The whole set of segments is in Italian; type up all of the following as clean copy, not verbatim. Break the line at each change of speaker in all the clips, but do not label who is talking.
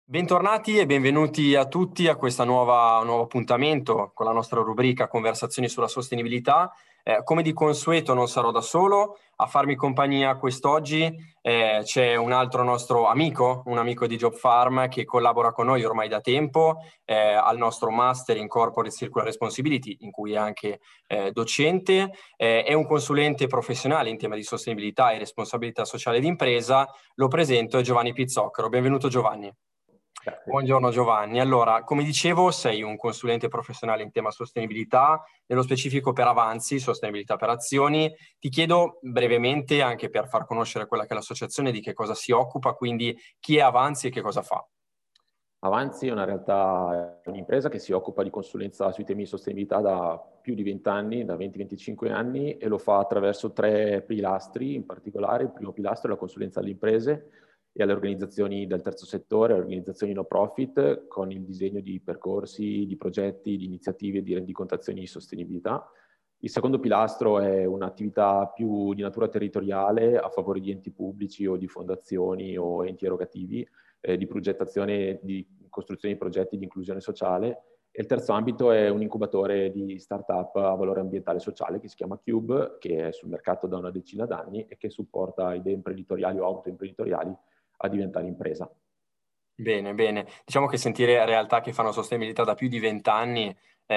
Bentornati e benvenuti a tutti a questo nuovo appuntamento con la nostra rubrica Conversazioni sulla sostenibilità. Come di consueto non sarò da solo, a farmi compagnia quest'oggi c'è un altro nostro amico, un amico di Job Farm che collabora con noi ormai da tempo al nostro Master in Corporate Circular Responsibility, in cui è anche docente, è un consulente professionale in tema di sostenibilità e responsabilità sociale d'impresa. Lo presento, è Giovanni Pizzocchero. Benvenuto Giovanni.
Grazie.
Buongiorno Giovanni. Allora, come dicevo, sei un consulente professionale in tema sostenibilità, nello specifico per Avanzi, sostenibilità per azioni. Ti chiedo brevemente, anche per far conoscere quella che è l'associazione, di che cosa si occupa, quindi chi è Avanzi e che cosa fa.
Avanzi è una realtà, è un'impresa che si occupa di consulenza sui temi di sostenibilità da più di 20 anni, da 20-25 anni, e lo fa attraverso tre pilastri in particolare. Il primo pilastro è la consulenza alle imprese e alle organizzazioni del terzo settore, alle organizzazioni no profit, con il disegno di percorsi, di progetti, di iniziative, di rendicontazioni di sostenibilità. Il secondo pilastro è un'attività più di natura territoriale a favore di enti pubblici o di fondazioni o enti erogativi, di progettazione, di costruzione di progetti di inclusione sociale. E il terzo ambito è un incubatore di startup a valore ambientale e sociale che si chiama Cube, che è sul mercato da una decina d'anni e che supporta idee imprenditoriali o autoimprenditoriali a diventare impresa.
Bene, bene. Diciamo che sentire realtà che fanno sostenibilità da più di 20 anni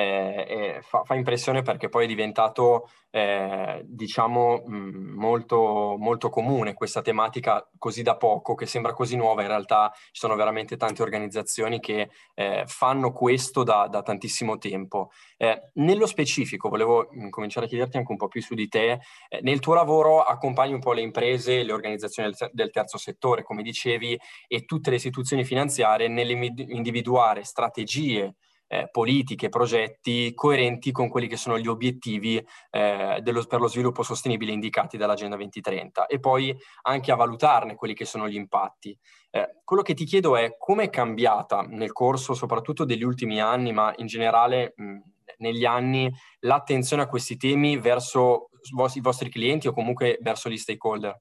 fa impressione, perché poi è diventato, diciamo, molto, molto comune questa tematica così da poco, che sembra così nuova. In realtà ci sono veramente tante organizzazioni che fanno questo da tantissimo tempo. Nello specifico, volevo cominciare a chiederti anche un po' più su di te. Nel tuo lavoro accompagni un po' le imprese, le organizzazioni del terzo settore, come dicevi, e tutte le istituzioni finanziarie nell'individuare strategie, politiche, progetti coerenti con quelli che sono gli obiettivi per lo sviluppo sostenibile indicati dall'Agenda 2030, e poi anche a valutarne quelli che sono gli impatti. Quello che ti chiedo è: come è cambiata nel corso soprattutto degli ultimi anni, ma in generale negli anni, l'attenzione a questi temi verso i vostri clienti o comunque verso gli stakeholder?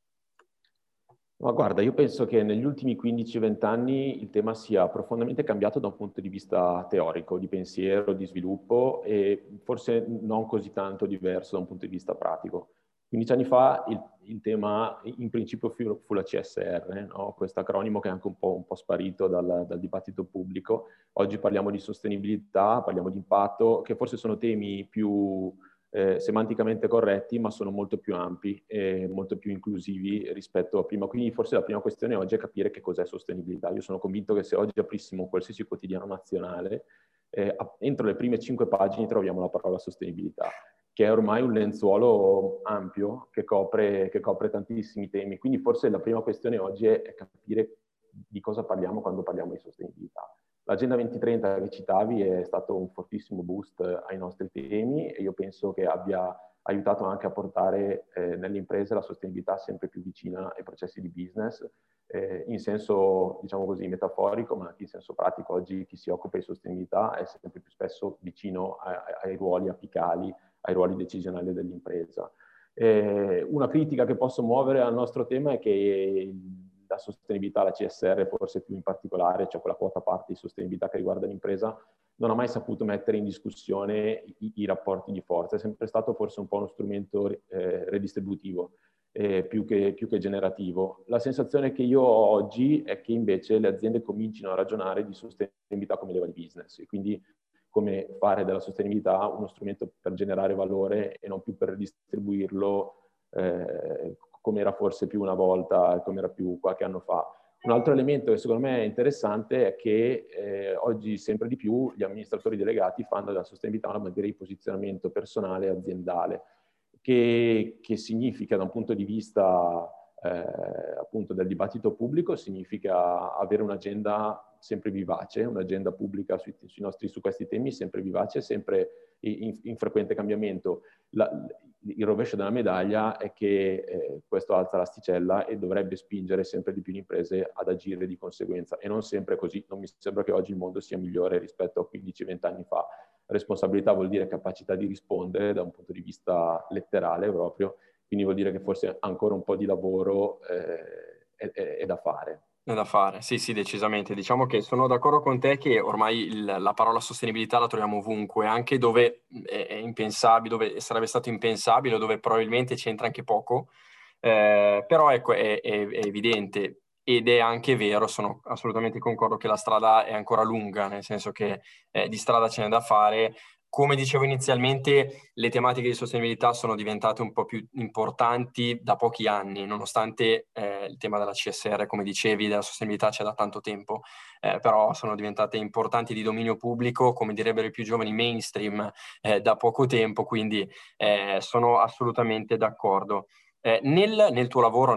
Ma guarda, io penso che negli ultimi 15-20 anni il tema sia profondamente cambiato da un punto di vista teorico, di pensiero, di sviluppo, e forse non così tanto diverso da un punto di vista pratico. 15 anni fa il tema in principio fu la CSR, no? Questo acronimo che è anche un po' sparito dal dibattito pubblico. Oggi parliamo di sostenibilità, parliamo di impatto, che forse sono temi più semanticamente corretti, ma sono molto più ampi e molto più inclusivi rispetto a prima. Quindi forse la prima questione oggi è capire che cos'è sostenibilità. Io sono convinto che se oggi aprissimo qualsiasi quotidiano nazionale, entro le prime 5 pagine troviamo la parola sostenibilità, che è ormai un lenzuolo ampio che copre tantissimi temi. Quindi forse la prima questione oggi è capire di cosa parliamo quando parliamo di sostenibilità. L'Agenda 2030 che citavi è stato un fortissimo boost ai nostri temi, e io penso che abbia aiutato anche a portare nelle imprese la sostenibilità sempre più vicina ai processi di business, in senso, diciamo così, metaforico, ma anche in senso pratico. Oggi chi si occupa di sostenibilità è sempre più spesso vicino ai ruoli apicali, ai ruoli decisionali dell'impresa. Una critica che posso muovere al nostro tema è che la sostenibilità, la CSR forse più in particolare, cioè quella quota parte di sostenibilità che riguarda l'impresa, non ha mai saputo mettere in discussione i rapporti di forza. È sempre stato forse un po' uno strumento redistributivo, più che generativo. La sensazione che io ho oggi è che invece le aziende comincino a ragionare di sostenibilità come leva di business, e quindi come fare della sostenibilità uno strumento per generare valore e non più per distribuirlo come era forse più una volta, come era più qualche anno fa. Un altro elemento che secondo me è interessante è che oggi sempre di più gli amministratori delegati fanno della sostenibilità una materia di posizionamento personale e aziendale, che significa, da un punto di vista appunto del dibattito pubblico, significa avere un'agenda sempre vivace, un'agenda pubblica su questi temi sempre vivace, sempre in frequente cambiamento. Il rovescio della medaglia è che questo alza l'asticella e dovrebbe spingere sempre di più le imprese ad agire di conseguenza, e non sempre così. Non mi sembra che oggi il mondo sia migliore rispetto a 15-20 anni fa. Responsabilità vuol dire capacità di rispondere da un punto di vista letterale proprio, quindi vuol dire che forse ancora un po' di lavoro è da fare.
È da fare, sì, sì, decisamente. Diciamo che sono d'accordo con te che ormai la parola sostenibilità la troviamo ovunque, anche dove è impensabile, dove sarebbe stato impensabile, o dove probabilmente c'entra anche poco. Però ecco, è evidente ed è anche vero, sono assolutamente concordo che la strada è ancora lunga, nel senso che di strada ce n'è da fare. Come dicevo inizialmente, le tematiche di sostenibilità sono diventate un po' più importanti da pochi anni, nonostante il tema della CSR, come dicevi, della sostenibilità c'è da tanto tempo, però sono diventate importanti di dominio pubblico, come direbbero i più giovani, mainstream, da poco tempo, quindi sono assolutamente d'accordo. Nel tuo lavoro,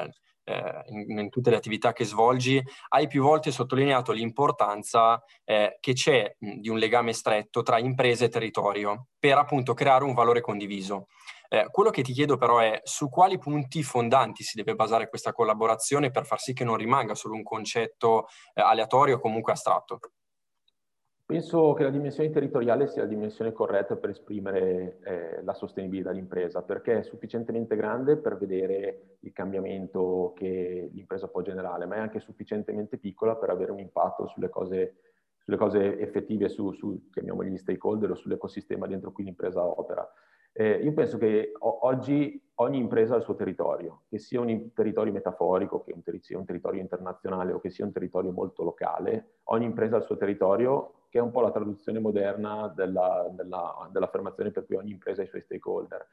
in tutte le attività che svolgi, hai più volte sottolineato l'importanza che c'è di un legame stretto tra impresa e territorio per appunto creare un valore condiviso. Quello che ti chiedo però è su quali punti fondanti si deve basare questa collaborazione per far sì che non rimanga solo un concetto aleatorio o comunque astratto.
Penso che la dimensione territoriale sia la dimensione corretta per esprimere la sostenibilità dell'impresa, perché è sufficientemente grande per vedere il cambiamento che l'impresa può generare, ma è anche sufficientemente piccola per avere un impatto sulle cose effettive, chiamiamoli gli stakeholder, o sull'ecosistema dentro cui l'impresa opera. Io penso che oggi ogni impresa ha il suo territorio, che sia un territorio metaforico, che sia un territorio internazionale o che sia un territorio molto locale, ogni impresa ha il suo territorio, che è un po' la traduzione moderna dell'affermazione per cui ogni impresa ha i suoi stakeholder.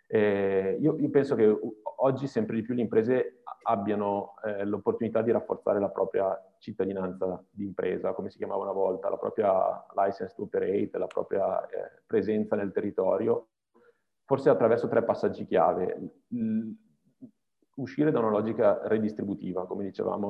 Io penso che oggi sempre di più le imprese abbiano l'opportunità di rafforzare la propria cittadinanza di impresa, come si chiamava una volta, la propria license to operate, la propria presenza nel territorio, forse attraverso 3 passaggi chiave. Uscire da una logica redistributiva, come dicevamo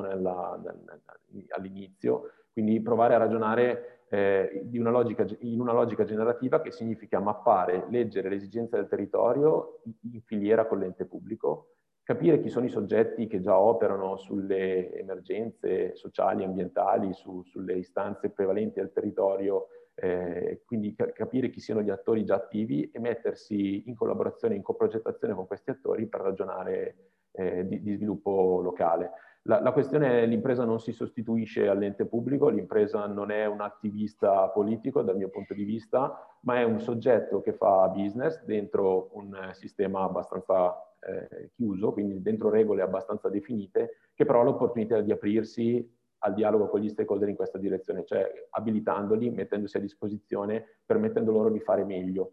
all'inizio, quindi provare a ragionare in una logica generativa, che significa mappare, leggere le esigenze del territorio in filiera con l'ente pubblico, capire chi sono i soggetti che già operano sulle emergenze sociali, ambientali, sulle istanze prevalenti del territorio, quindi capire chi siano gli attori già attivi e mettersi in collaborazione, in coprogettazione con questi attori per ragionare di sviluppo locale. La questione è: l'impresa non si sostituisce all'ente pubblico, l'impresa non è un attivista politico dal mio punto di vista, ma è un soggetto che fa business dentro un sistema abbastanza chiuso, quindi dentro regole abbastanza definite, che però ha l'opportunità di aprirsi al dialogo con gli stakeholder in questa direzione, cioè abilitandoli, mettendosi a disposizione, permettendo loro di fare meglio.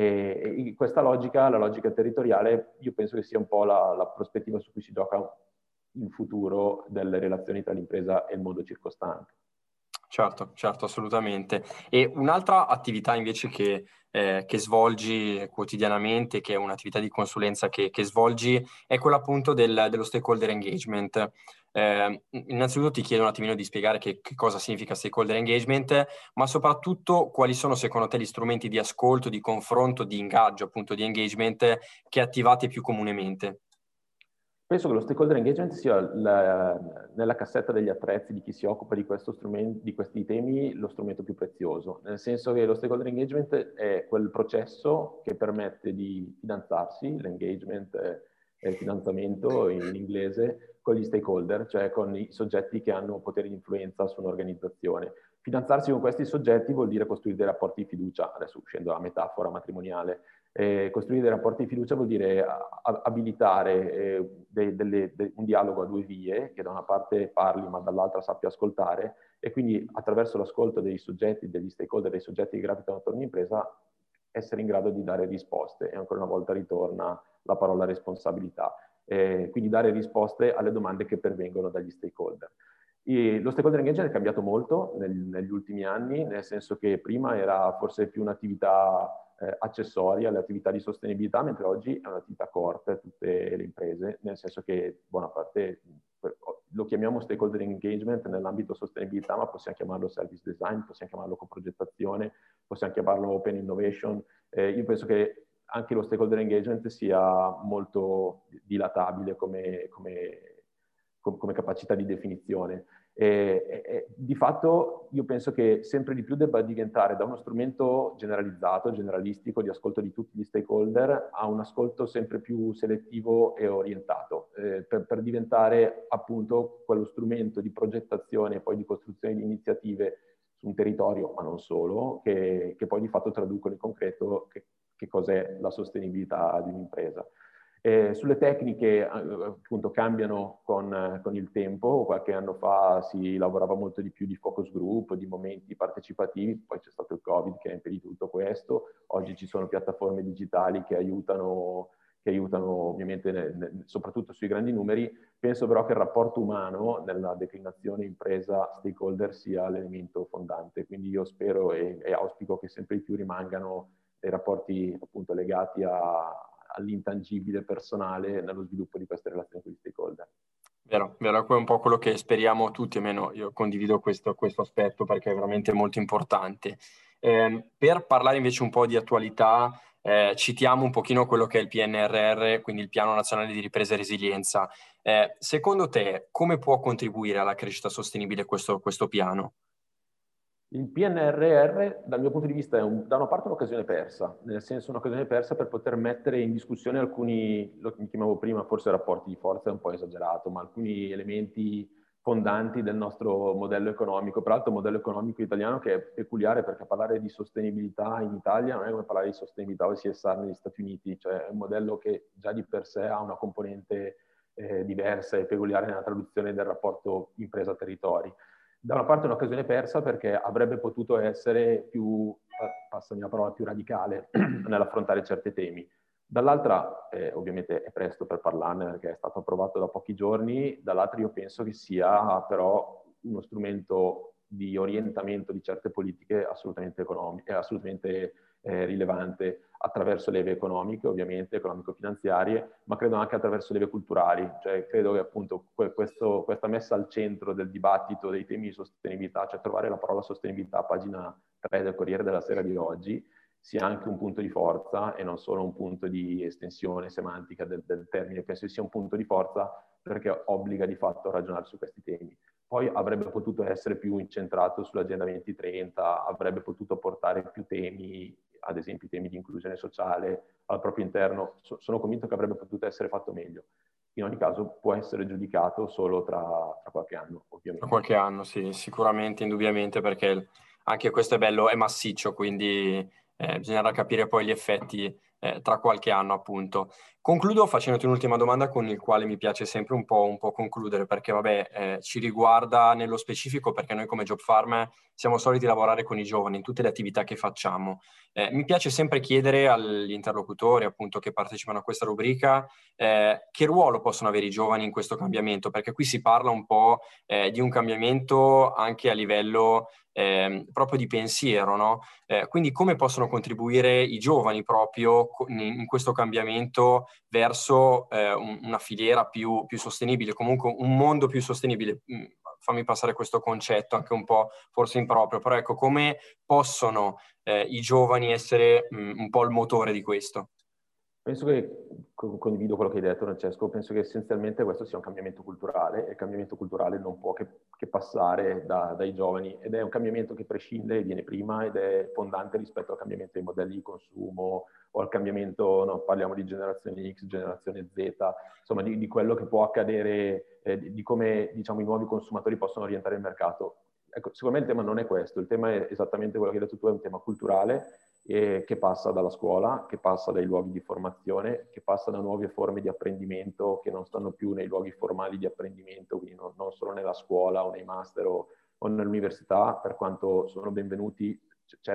E questa logica, la logica territoriale, io penso che sia un po' la prospettiva su cui si gioca il futuro delle relazioni tra l'impresa e il mondo circostante.
Certo, certo, assolutamente. E un'altra attività invece che svolgi quotidianamente, che è un'attività di consulenza che svolgi, è quella appunto dello stakeholder engagement. Innanzitutto ti chiedo un attimino di spiegare che cosa significa stakeholder engagement, ma soprattutto quali sono secondo te gli strumenti di ascolto, di confronto, di ingaggio, appunto di engagement che attivate più comunemente.
Penso che lo stakeholder engagement sia nella cassetta degli attrezzi di chi si occupa di di questi temi lo strumento più prezioso, nel senso che lo stakeholder engagement è quel processo che permette di fidanzarsi, l'engagement è il fidanzamento in inglese, con gli stakeholder, cioè con i soggetti che hanno potere di influenza su un'organizzazione. Fidanzarsi con questi soggetti vuol dire costruire dei rapporti di fiducia, adesso uscendo dalla metafora matrimoniale. Costruire dei rapporti di fiducia vuol dire abilitare un dialogo a 2 vie, che da una parte parli ma dall'altra sappia ascoltare, e quindi attraverso l'ascolto dei soggetti, degli stakeholder, dei soggetti che gravitano attorno all'impresa, essere in grado di dare risposte. E ancora una volta ritorna la parola responsabilità. Quindi dare risposte alle domande che pervengono dagli stakeholder. Lo stakeholder engagement è cambiato molto negli ultimi anni, nel senso che prima era forse più un'attività accessoria alle attività di sostenibilità, mentre oggi è un'attività core per tutte le imprese, nel senso che buona parte lo chiamiamo stakeholder engagement nell'ambito sostenibilità, ma possiamo chiamarlo service design, possiamo chiamarlo coprogettazione, possiamo chiamarlo open innovation. Io penso che anche lo stakeholder engagement sia molto dilatabile come capacità di definizione. Di fatto io penso che sempre di più debba diventare da uno strumento generalizzato, generalistico, di ascolto di tutti gli stakeholder, a un ascolto sempre più selettivo e orientato, per diventare appunto quello strumento di progettazione e poi di costruzione di iniziative su un territorio, ma non solo, che poi di fatto traducono in concreto che cos'è la sostenibilità di un'impresa. Sulle tecniche appunto cambiano con il tempo. Qualche anno fa si lavorava molto di più di focus group, di momenti partecipativi, poi c'è stato il Covid che ha impedito tutto questo. Oggi ci sono piattaforme digitali che aiutano ovviamente soprattutto sui grandi numeri. Penso però che il rapporto umano nella declinazione impresa-stakeholder sia l'elemento fondante, quindi io spero e auspico che sempre di più rimangano dei rapporti appunto legati all'intangibile personale nello sviluppo di queste relazioni con gli stakeholder.
Vero, vero, è un po' quello che speriamo tutti, almeno io condivido questo aspetto perché è veramente molto importante. Per parlare invece un po' di attualità, citiamo un pochino quello che è il PNRR, quindi il Piano Nazionale di Ripresa e Resilienza. Secondo te, come può contribuire alla crescita sostenibile questo piano?
Il PNRR, dal mio punto di vista, da una parte un'occasione persa, nel senso un'occasione persa per poter mettere in discussione alcuni, lo che chiamavo prima, forse rapporti di forza è un po' esagerato, ma alcuni elementi fondanti del nostro modello economico. Peraltro un modello economico italiano che è peculiare, perché parlare di sostenibilità in Italia non è come parlare di sostenibilità o di CSR negli Stati Uniti, cioè è un modello che già di per sé ha una componente diversa e peculiare nella traduzione del rapporto impresa-territori. Da una parte è un'occasione persa perché avrebbe potuto essere più, passami la parola, più radicale nell'affrontare certi temi. Dall'altra, ovviamente è presto per parlarne perché è stato approvato da pochi giorni, dall'altra io penso che sia però uno strumento di orientamento di certe politiche assolutamente assolutamente rilevante attraverso leve economiche, ovviamente, economico-finanziarie, ma credo anche attraverso leve culturali. Cioè, credo che appunto questa messa al centro del dibattito dei temi di sostenibilità, cioè trovare la parola sostenibilità a pagina 3 del Corriere della Sera di oggi, sia anche un punto di forza e non solo un punto di estensione semantica del termine. Penso sia un punto di forza perché obbliga di fatto a ragionare su questi temi. Poi avrebbe potuto essere più incentrato sull'Agenda 2030, avrebbe potuto portare più temi, ad esempio i temi di inclusione sociale al proprio interno. Sono convinto che avrebbe potuto essere fatto meglio. In ogni caso può essere giudicato solo tra qualche anno,
Tra
ovviamente.
qualche anno, sì, sicuramente, indubbiamente, perché anche questo è bello, è massiccio, quindi bisognerà capire poi gli effetti tra qualche anno, appunto. Concludo facendoti un'ultima domanda con il quale mi piace sempre un po' concludere, perché vabbè, ci riguarda nello specifico, perché noi come Job Farm siamo soliti lavorare con i giovani in tutte le attività che facciamo. Mi piace sempre chiedere agli interlocutori, appunto, che partecipano a questa rubrica, che ruolo possono avere i giovani in questo cambiamento, perché qui si parla un po' di un cambiamento anche a livello proprio di pensiero, no? Quindi come possono contribuire i giovani proprio in questo cambiamento verso una filiera più sostenibile, comunque un mondo più sostenibile? Fammi passare questo concetto anche un po' forse improprio, però ecco, come possono i giovani essere un po' il motore di questo?
Penso che condivido quello che hai detto, Francesco. Penso che essenzialmente questo sia un cambiamento culturale e il cambiamento culturale non può che passare dai giovani ed è un cambiamento che prescinde, viene prima ed è fondante rispetto al cambiamento dei modelli di consumo o al cambiamento, no, parliamo di generazione X, generazione Z, insomma di quello che può accadere, di come diciamo, i nuovi consumatori possono orientare il mercato. Ecco, sicuramente il tema non è questo, il tema è esattamente quello che hai detto tu, è un tema culturale che passa dalla scuola, che passa dai luoghi di formazione, che passa da nuove forme di apprendimento che non stanno più nei luoghi formali di apprendimento, quindi non solo nella scuola o nei master o nell'università, per quanto sono benvenuti, c'è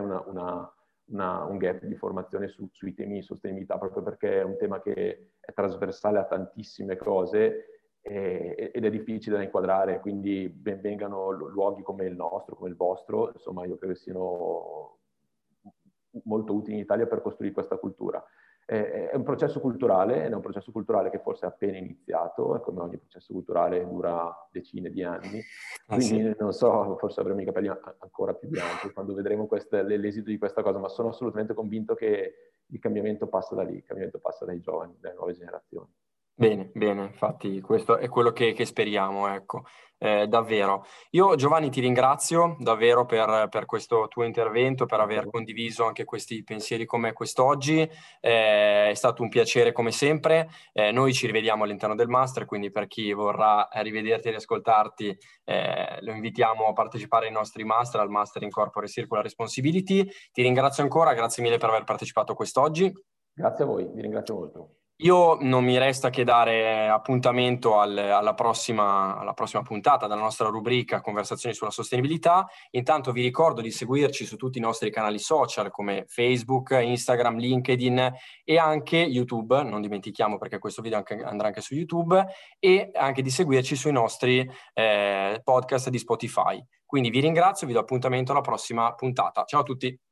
un gap di formazione sui temi di sostenibilità, proprio perché è un tema che è trasversale a tantissime cose ed è difficile da inquadrare, quindi ben vengano luoghi come il nostro, come il vostro, insomma io credo che siano molto utili in Italia per costruire questa cultura. È un processo culturale, è un processo culturale che forse è appena iniziato, e come ogni processo culturale dura decine di anni, quindi
Sì.
non so, forse avremo i capelli ancora più bianchi quando vedremo l'esito di questa cosa, ma sono assolutamente convinto che il cambiamento passa da lì, il cambiamento passa dai giovani, dalle nuove generazioni.
Bene, bene, infatti questo è quello che speriamo, ecco, davvero. Io Giovanni ti ringrazio davvero per questo tuo intervento, per
Grazie a
aver
voi.
condiviso anche questi pensieri con me quest'oggi. È stato un piacere come sempre. Noi ci rivediamo all'interno del Master, quindi per chi vorrà rivederti e riascoltarti, lo invitiamo a partecipare ai nostri Master, al Master in Corporate Circular Responsibility. Ti ringrazio ancora, grazie mille per aver partecipato quest'oggi.
Grazie a voi, vi ringrazio molto.
Io non mi resta che dare appuntamento alla prossima puntata della nostra rubrica Conversazioni sulla sostenibilità. Intanto vi ricordo di seguirci su tutti i nostri canali social come Facebook, Instagram, LinkedIn e anche YouTube, non dimentichiamo perché questo video andrà anche su YouTube, e anche di seguirci sui nostri podcast di Spotify. Quindi vi ringrazio e vi do appuntamento alla prossima puntata. Ciao a tutti!